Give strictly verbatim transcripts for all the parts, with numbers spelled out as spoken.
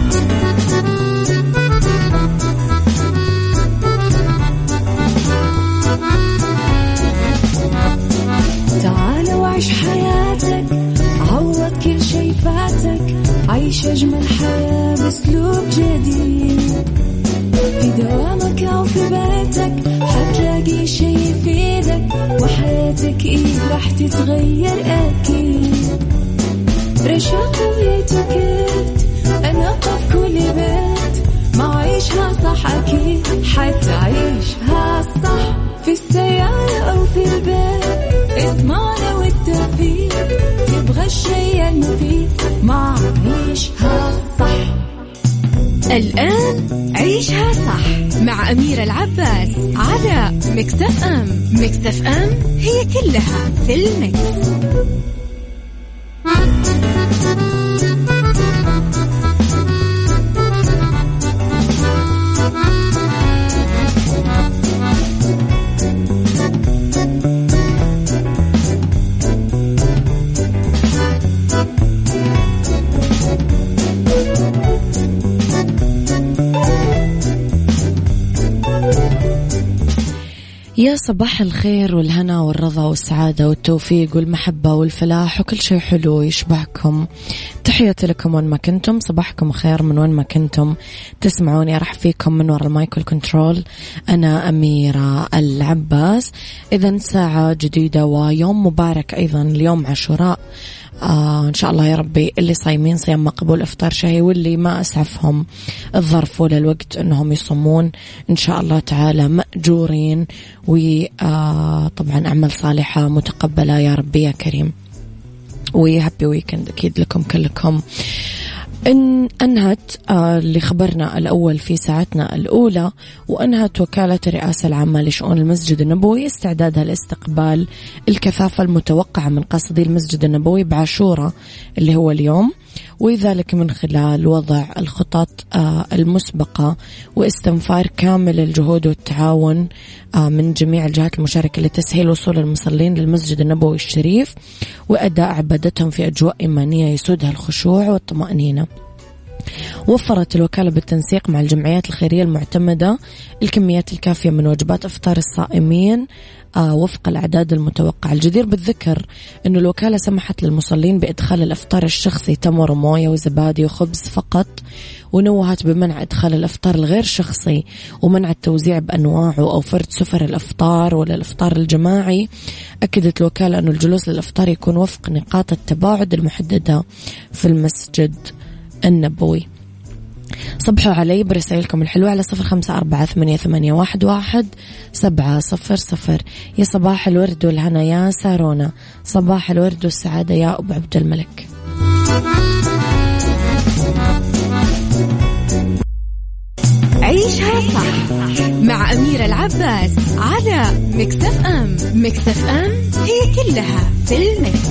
تعال وعيش حياتك، عوض كل شي فاتك، عيش أجمل حياة بأسلوب جديد. في دوامك أو في بيتك حتلاقي شي يفيدك، وحياتك إيه راح تتغير أكيد. رشاق ويتوكيت أنا قف كل بيت، ما عيشها صح أكيد حتعيشها صح. في السيارة أو في البيت اسمعنا والتوفيق، تبغى الشيء المفيد ما عيشها صح. الآن عيشها صح مع أميرة العباس على ميكس اف ام. ميكس اف ام هي كلها في الميكس. يا صباح الخير والهنا والرضا والسعادة والتوفيق والمحبة والفلاح وكل شيء حلو يشبعكم. تحياتي لكم وين ما كنتم، صباحكم خير من وين ما كنتم تسمعوني. أرحب فيكم من وراء المايك والكنترول، أنا أميرة العباس. إذن ساعة جديدة ويوم مبارك أيضا، اليوم عاشوراء. آه إن شاء الله يا ربي اللي صايمين صيام مقبول إفطار شهي، واللي ما أسعفهم الظرف ولا الوقت أنهم يصومون إن شاء الله تعالى مأجورين، وطبعا أعمال صالحة متقبلة يا ربي يا كريم. وهابي ويكند أكيد لكم كلكم. إن أنهت آه اللي خبرنا الأول في ساعتنا الأولى، وأنهت وكالة الرئاسة العامة لشؤون المسجد النبوي استعدادها لاستقبال الكثافة المتوقعة من قاصدي المسجد النبوي بعاشورة اللي هو اليوم، وذلك من خلال وضع الخطط آه المسبقة واستنفار كامل الجهود والتعاون آه من جميع الجهات المشاركة لتسهيل وصول المصلين للمسجد النبوي الشريف وأداء عبادتهم في أجواء إيمانية يسودها الخشوع والطمأنينة. وفرت الوكالة بالتنسيق مع الجمعيات الخيرية المعتمدة الكميات الكافية من وجبات إفطار الصائمين آه وفق الأعداد المتوقعة. الجدير بالذكر أن الوكالة سمحت للمصلين بإدخال الإفطار الشخصي تمر وموية وزبادي وخبز فقط، ونوهت بمنع إدخال الإفطار الغير شخصي ومنع التوزيع بأنواعه أو فرد سفر الإفطار ولا الإفطار الجماعي. أكدت الوكالة أن الجلوس للإفطار يكون وفق نقاط التباعد المحددة في المسجد النبوي. صبحوا علي برسائلكم الحلوة على صفر خمسة أربعة ثمانية ثمانية واحد واحد سبعة صفر صفر. يا صباح الورد والهنا يا سارونا، صباح الورد والسعادة يا أبو عبد الملك. عيشها صح مع أميرة العباس على ميكس اف ام. ميكس اف ام هي كلها في الميكس.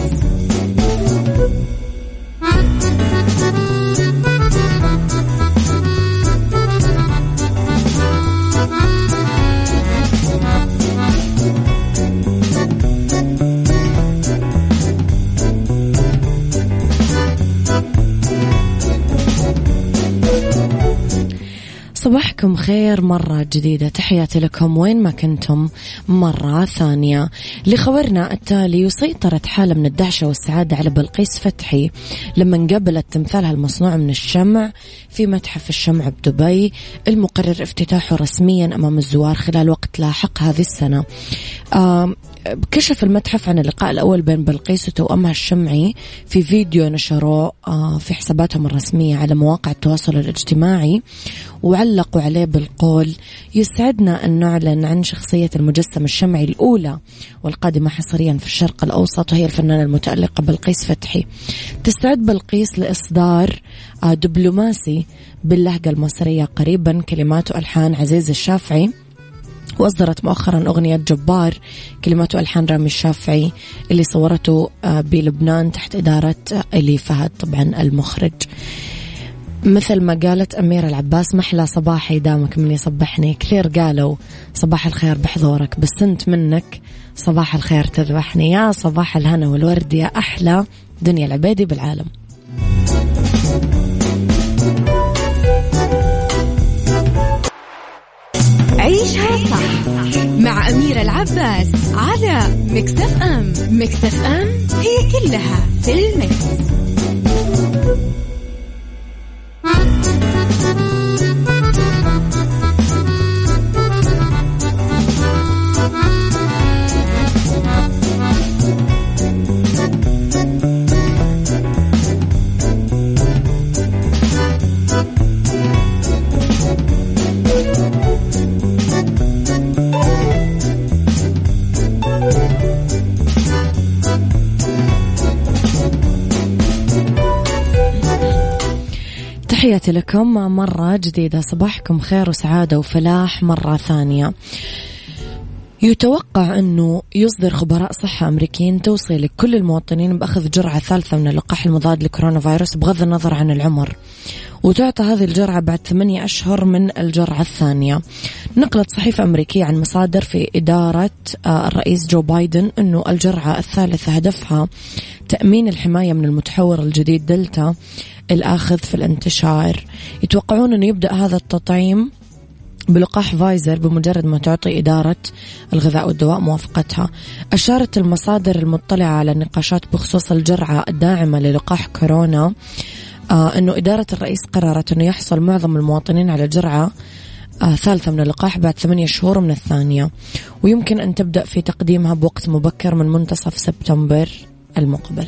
صباحكم خير مرة جديدة، تحياتي لكم وين ما كنتم مرة ثانية. لخبرنا التالي، وسيطرت حالة من الدهشة والسعادة على بلقيس فتحي لما قابلت تمثالها المصنوع من الشمع في متحف الشمع بدبي المقرر افتتاحه رسميا أمام الزوار خلال وقت لاحق هذه السنة. آه كشف المتحف عن اللقاء الأول بين بلقيس وتوأمها الشمعي في فيديو نشروه في حساباتهم الرسمية على مواقع التواصل الاجتماعي، وعلقوا عليه بالقول: يسعدنا أن نعلن عن شخصية المجسم الشمعي الأولى والقادمة حصريا في الشرق الأوسط، وهي الفنانة المتألقة بلقيس فتحي. تستعد بلقيس لإصدار دبلوماسي باللهجة المصرية قريبا، كلمات وألحان عزيز الشافعي، وأصدرت مؤخرا أغنية جبار كلمات وألحان رامي الشافعي اللي صورته بلبنان تحت إدارة إلي فهد طبعا المخرج. مثل ما قالت أميرة العباس: محلى صباحي دامك من يصبحني. كثير قالوا صباح الخير بحضورك، بس أنت منك صباح الخير تذبحني. يا صباح الهنا والورد يا أحلى دنيا العبيدي بالعالم. أميرة العباس على ميكس اف ام. ميكس اف ام هي كلها في الميكس. تحياتي لكم مرة جديدة، صباحكم خير وسعادة وفلاح مرة ثانية. يتوقع أنه يصدر خبراء صحة أمريكيين توصية لكل المواطنين بأخذ جرعة ثالثة من اللقاح المضاد لكورونا فيروس بغض النظر عن العمر، وتعطى هذه الجرعة بعد ثمانية أشهر من الجرعة الثانية. نقلت صحيفة أمريكية عن مصادر في إدارة الرئيس جو بايدن أنه الجرعة الثالثة هدفها تأمين الحماية من المتحور الجديد دلتا الآخذ في الانتشار. يتوقعون أنه يبدأ هذا التطعيم بلقاح فايزر بمجرد ما تعطي إدارة الغذاء والدواء موافقتها. أشارت المصادر المطلعة على النقاشات بخصوص الجرعة الداعمة للقاح كورونا آه أنه إدارة الرئيس قررت أنه يحصل معظم المواطنين على جرعة آه ثالثة من اللقاح بعد ثمانية شهور من الثانية، ويمكن أن تبدأ في تقديمها بوقت مبكر من منتصف سبتمبر المقبل.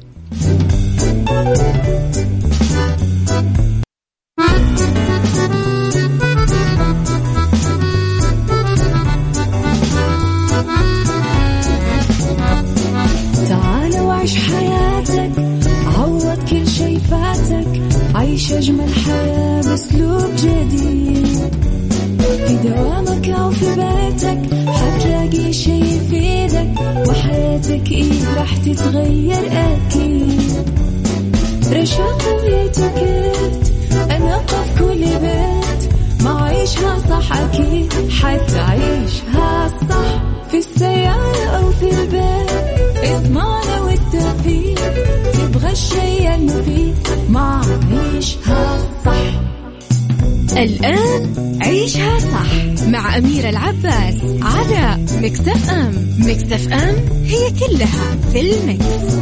تعال وعيش حياتك، عوض كل شي فاتك، عيش أجمل حياة بأسلوب جديد. في دوامك أو في بيتك حتلاقي شي يفيدك، وحياتك إيه راح تتغير أكيد. رشاق ويتوكيت أنا قف كل بيت، ما عيشها صح أكيد حتعيشها صح. في السيارة أو في البيت اسمعنا والتوفيق، تبغى الشيء المفيد ما عيشها صح. الآن عيشها صح مع أميرة العباس على ميكس اف ام. ميكس اف ام هي كلها في الميكس.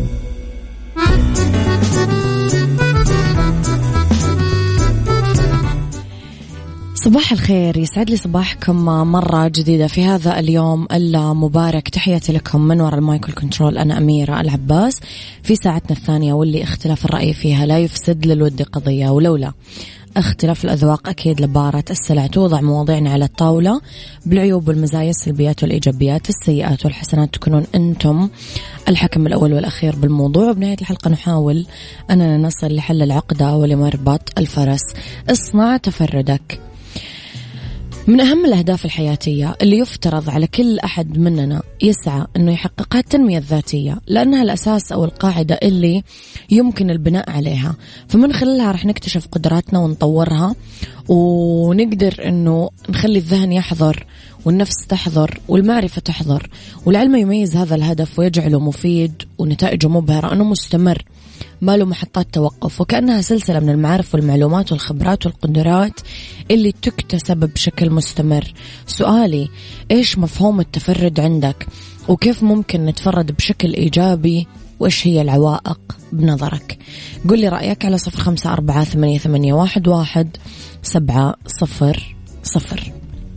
صباح الخير، يسعد لي صباحكم مرة جديدة في هذا اليوم المبارك. تحياتي لكم من وراء المايكل كنترول، أنا أميرة العباس في ساعتنا الثانية، واللي اختلاف الرأي فيها لا يفسد للود قضية، ولولا اختلاف الأذواق أكيد لبارة السلع. توضع مواضيعنا على الطاولة بالعيوب والمزايا، السلبيات والإيجابيات، السيئات والحسنات، تكونون أنتم الحكم الأول والأخير بالموضوع. وبنهاية الحلقة نحاول أننا نصل لحل العقدة ولمربط الفرس. اصنع تفردك. من أهم الأهداف الحياتية اللي يفترض على كل أحد مننا يسعى أنه يحققها التنمية الذاتية، لأنها الأساس أو القاعدة اللي يمكن البناء عليها، فمن خلالها رح نكتشف قدراتنا ونطورها، ونقدر أنه نخلي الذهن يحضر والنفس تحضر والمعرفة تحضر، والعلم يميز هذا الهدف ويجعله مفيد ونتائجه مبهرة، أنه مستمر ما له محطات توقف، وكأنها سلسلة من المعارف والمعلومات والخبرات والقدرات اللي تكتسب بشكل مستمر. سؤالي، إيش مفهوم التفرد عندك؟ وكيف ممكن نتفرد بشكل إيجابي؟ وإيش هي العوائق بنظرك؟ قل لي رأيك على صفر خمسة أربعة ثمانية ثمانية واحد واحد سبعة صفر صفر.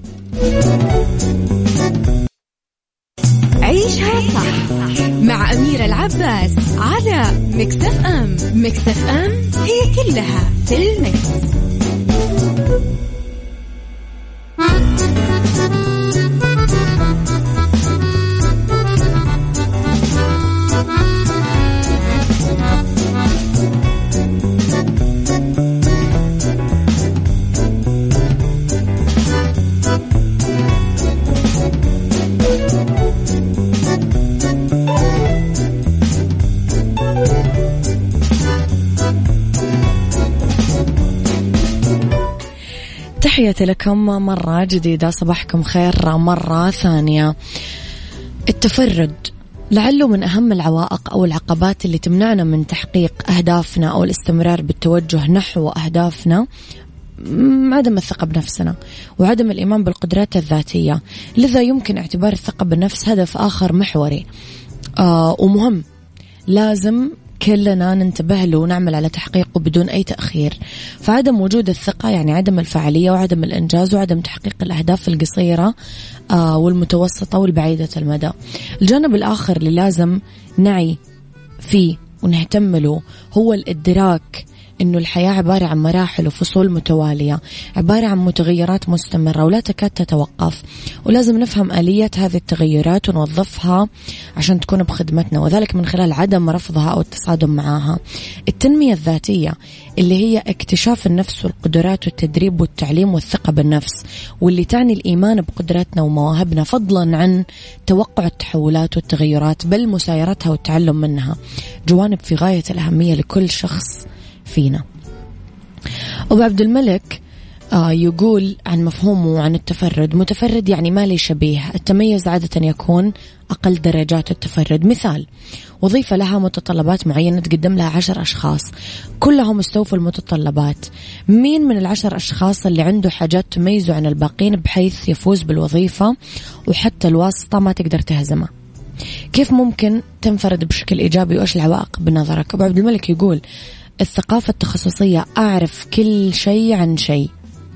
عيشها صح مع أميرة العباس على ميكس اف ام. ميكس اف ام هي كلها في الميكس. تحياتي لكم مرة جديدة، صباحكم خير مرة ثانية. التفرد لعله من أهم العوائق أو العقبات اللي تمنعنا من تحقيق أهدافنا أو الاستمرار بالتوجه نحو أهدافنا عدم الثقة بنفسنا وعدم الإيمان بالقدرات الذاتية. لذا يمكن اعتبار الثقة بالنفس هدف آخر محوري آه ومهم لازم كلنا ننتبه له ونعمل على تحقيقه بدون أي تأخير. فعدم وجود الثقة يعني عدم الفعالية وعدم الإنجاز وعدم تحقيق الأهداف القصيرة آه والمتوسطة والبعيدة المدى. الجانب الآخر اللي لازم نعي فيه ونهتم له هو الإدراك إنه الحياة عبارة عن مراحل وفصول متوالية، عبارة عن متغيرات مستمرة ولا تكاد تتوقف، ولازم نفهم آلية هذه التغيرات ونوظفها عشان تكون بخدمتنا، وذلك من خلال عدم رفضها أو التصادم معها. التنمية الذاتية اللي هي اكتشاف النفس والقدرات والتدريب والتعليم والثقة بالنفس، واللي تعني الإيمان بقدراتنا ومواهبنا فضلا عن توقع التحولات والتغيرات بل مسايرتها والتعلم منها، جوانب في غاية الأهمية لكل شخص فينا. أبو عبد الملك آه يقول عن مفهومه عن التفرد: متفرد يعني ما لي شبيه. التميز عادة يكون أقل درجات التفرد. مثال: وظيفة لها متطلبات معينة تقدم لها عشر أشخاص كلهم استوفوا المتطلبات، مين من العشر أشخاص اللي عنده حاجات تميزه عن الباقين بحيث يفوز بالوظيفة وحتى الواسطة ما تقدر تهزمه؟ كيف ممكن تنفرد بشكل إيجابي وإيش العوائق بنظرك؟ أبو عبد الملك يقول: الثقافة التخصصية، أعرف كل شيء عن شيء.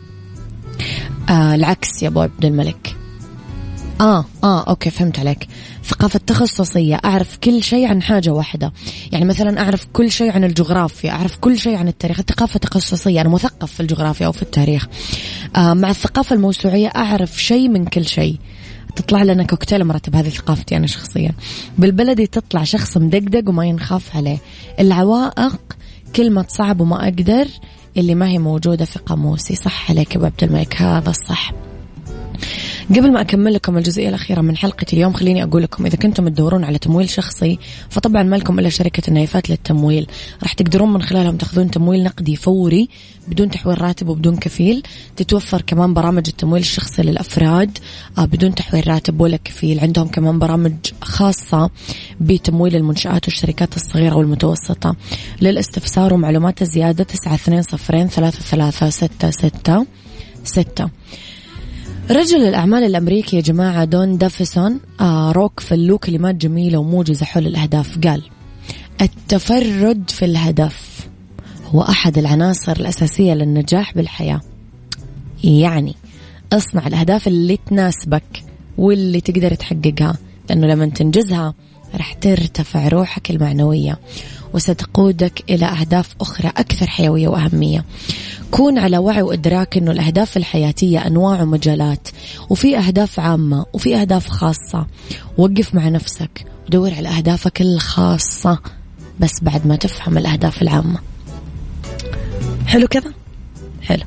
آه العكس يا أبو عبد الملك. آه آه أوكي فهمت عليك. ثقافة تخصصية، أعرف كل شيء عن حاجة واحدة، يعني مثلا أعرف كل شيء عن الجغرافيا، أعرف كل شيء عن التاريخ. الثقافة تخصصية، أنا مثقف في الجغرافيا أو في التاريخ. آه مع الثقافة الموسوعية، أعرف شيء من كل شيء. تطلع لنا كوكتيل مرتب، هذه ثقافتي أنا شخصيا. بالبلدي تطلع شخص مدقدق وما ينخاف عليه. العوائق كلمة صعب وما أقدر اللي ما هي موجودة في قاموسي. صح عليك يا أبو عبد الملك، هذا الصح. قبل ما أكمل لكم الجزئية الأخيرة من حلقة اليوم، خليني أقول لكم إذا كنتم تدورون على تمويل شخصي فطبعا ما لكم إلا شركة النايفات للتمويل. راح تقدرون من خلالهم تأخذون تمويل نقدي فوري بدون تحويل راتب وبدون كفيل. تتوفر كمان برامج التمويل الشخصي للأفراد بدون تحويل راتب ولا كفيل. عندهم كمان برامج خاصة بتمويل المنشآت والشركات الصغيرة والمتوسطة. للاستفسار ومعلومات زيادة تسعة اثنين صفرين ثلاثة ثلاثة ستة ستة ستة. رجل الأعمال الأمريكي يا جماعة دون دافيسون آه روك له كلمات جميلة وموجزة حول الأهداف. قال: التفرد في الهدف هو أحد العناصر الأساسية للنجاح بالحياة. يعني اصنع الأهداف اللي تناسبك واللي تقدر تحققها، لأنه لما تنجزها رح ترتفع روحك المعنوية وستقودك إلى أهداف أخرى أكثر حيوية وأهمية. كون على وعي وإدراك أنه الأهداف الحياتية أنواع ومجالات، وفي أهداف عامة وفي أهداف خاصة. وقف مع نفسك ودور على أهدافك الخاصة بس بعد ما تفهم الأهداف العامة. حلو كذا؟ حلو.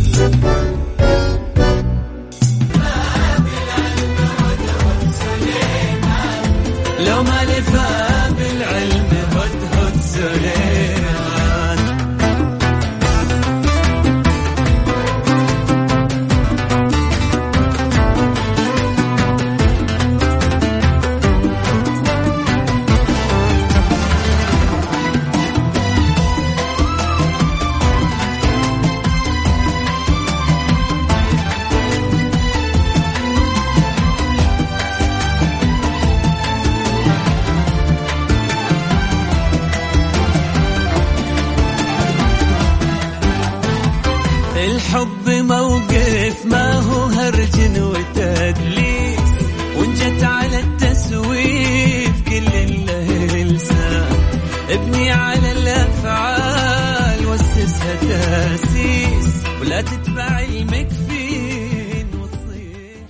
لو ما لفا بالعلم هدهد سليمان. الحب موقف ما هو هرج وتدليس، وانجت على التسويف كل اللي لسان. ابني على الأفعال واسسها تأسيس، ولا تتبع المكفين والصيح.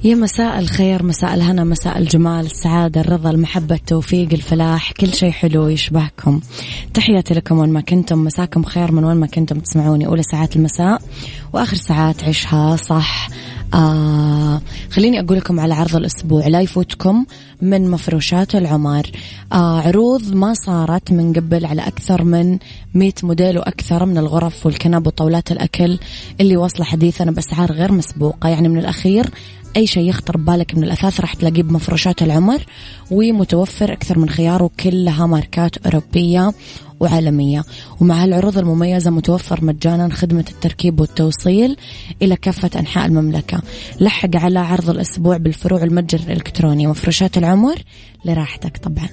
يا مساء الخير، مساء الهنا، مساء الجمال، السعادة، الرضا، المحبة، التوفيق، الفلاح، كل شيء حلو يشبهكم. تحياتي لكم وين ما كنتم، مساكم خير من وين ما كنتم تسمعوني. أولى ساعات المساء وآخر ساعات عيشها صح. آه خليني أقول لكم على عرض الأسبوع لا يفوتكم من مفروشات العمر. آه عروض ما صارت من قبل على أكثر من مئة موديل وأكثر من الغرف والكنب وطاولات الأكل اللي وصل حديثنا بأسعار غير مسبوقة. يعني من الأخير أي شيء يخطر ببالك من الأثاث راح تلاقيه بمفروشات العمر، ومتوفر أكثر من خيار وكلها ماركات أوروبية وعالمية. ومع العروض المميزة متوفر مجانا خدمة التركيب والتوصيل إلى كافة أنحاء المملكة. لحق على عرض الأسبوع بالفروع المتجر الإلكتروني. مفروشات العمر لراحتك طبعا.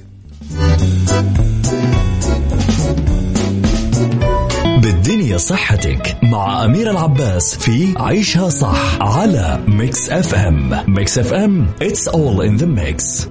بالدنيا صحتك مع أميرة العباس في عيشها صح على ميكس اف ام. ميكس اف ام it's all in the mix.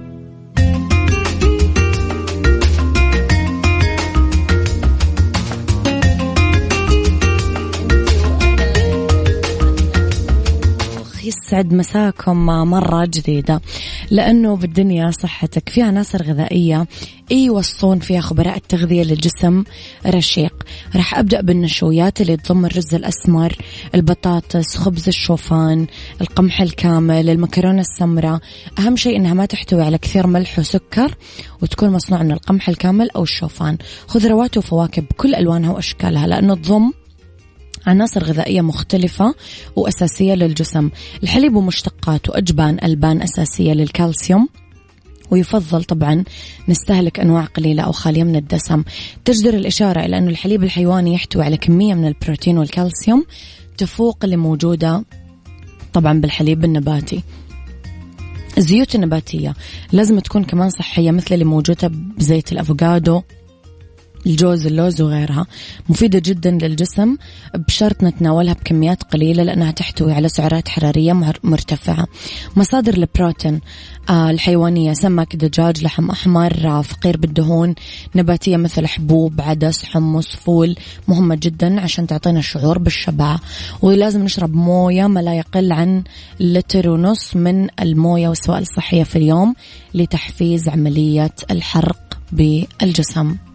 يسعد مساكم مرة جديدة، لأنه بالدنيا صحتك فيها عناصر غذائية يوصون فيها خبراء التغذية للجسم رشيق. راح أبدأ بالنشويات اللي تضم الرز الأسمر، البطاطس، خبز الشوفان، القمح الكامل، المكرونة السمراء. أهم شيء إنها ما تحتوي على كثير ملح وسكر، وتكون مصنوعة من القمح الكامل أو الشوفان. خضروات وفواكه بكل ألوانها وأشكالها، لأنه تضم عناصر غذائية مختلفة وأساسية للجسم. الحليب ومشتقات وأجبان ألبان أساسية للكالسيوم، ويفضل طبعا نستهلك أنواع قليلة أو خالية من الدسم. تجدر الإشارة إلى أن الحليب الحيواني يحتوي على كمية من البروتين والكالسيوم تفوق اللي موجودة طبعا بالحليب النباتي. الزيوت النباتية لازم تكون كمان صحية، مثل اللي موجودة بزيت الأفوكادو، الجوز، اللوز وغيرها. مفيدة جدا للجسم بشرط نتناولها بكميات قليلة، لأنها تحتوي على سعرات حرارية مرتفعة. مصادر البروتين آه الحيوانية: سمك، دجاج، لحم أحمر، آه فقير بالدهون، نباتية مثل حبوب، عدس، حمص، فول. مهمة جدا عشان تعطينا شعور بالشبع. ولازم نشرب موية ما لا يقل عن لتر ونص من الموية والسوائل الصحية في اليوم لتحفيز عملية الحرق بالجسم.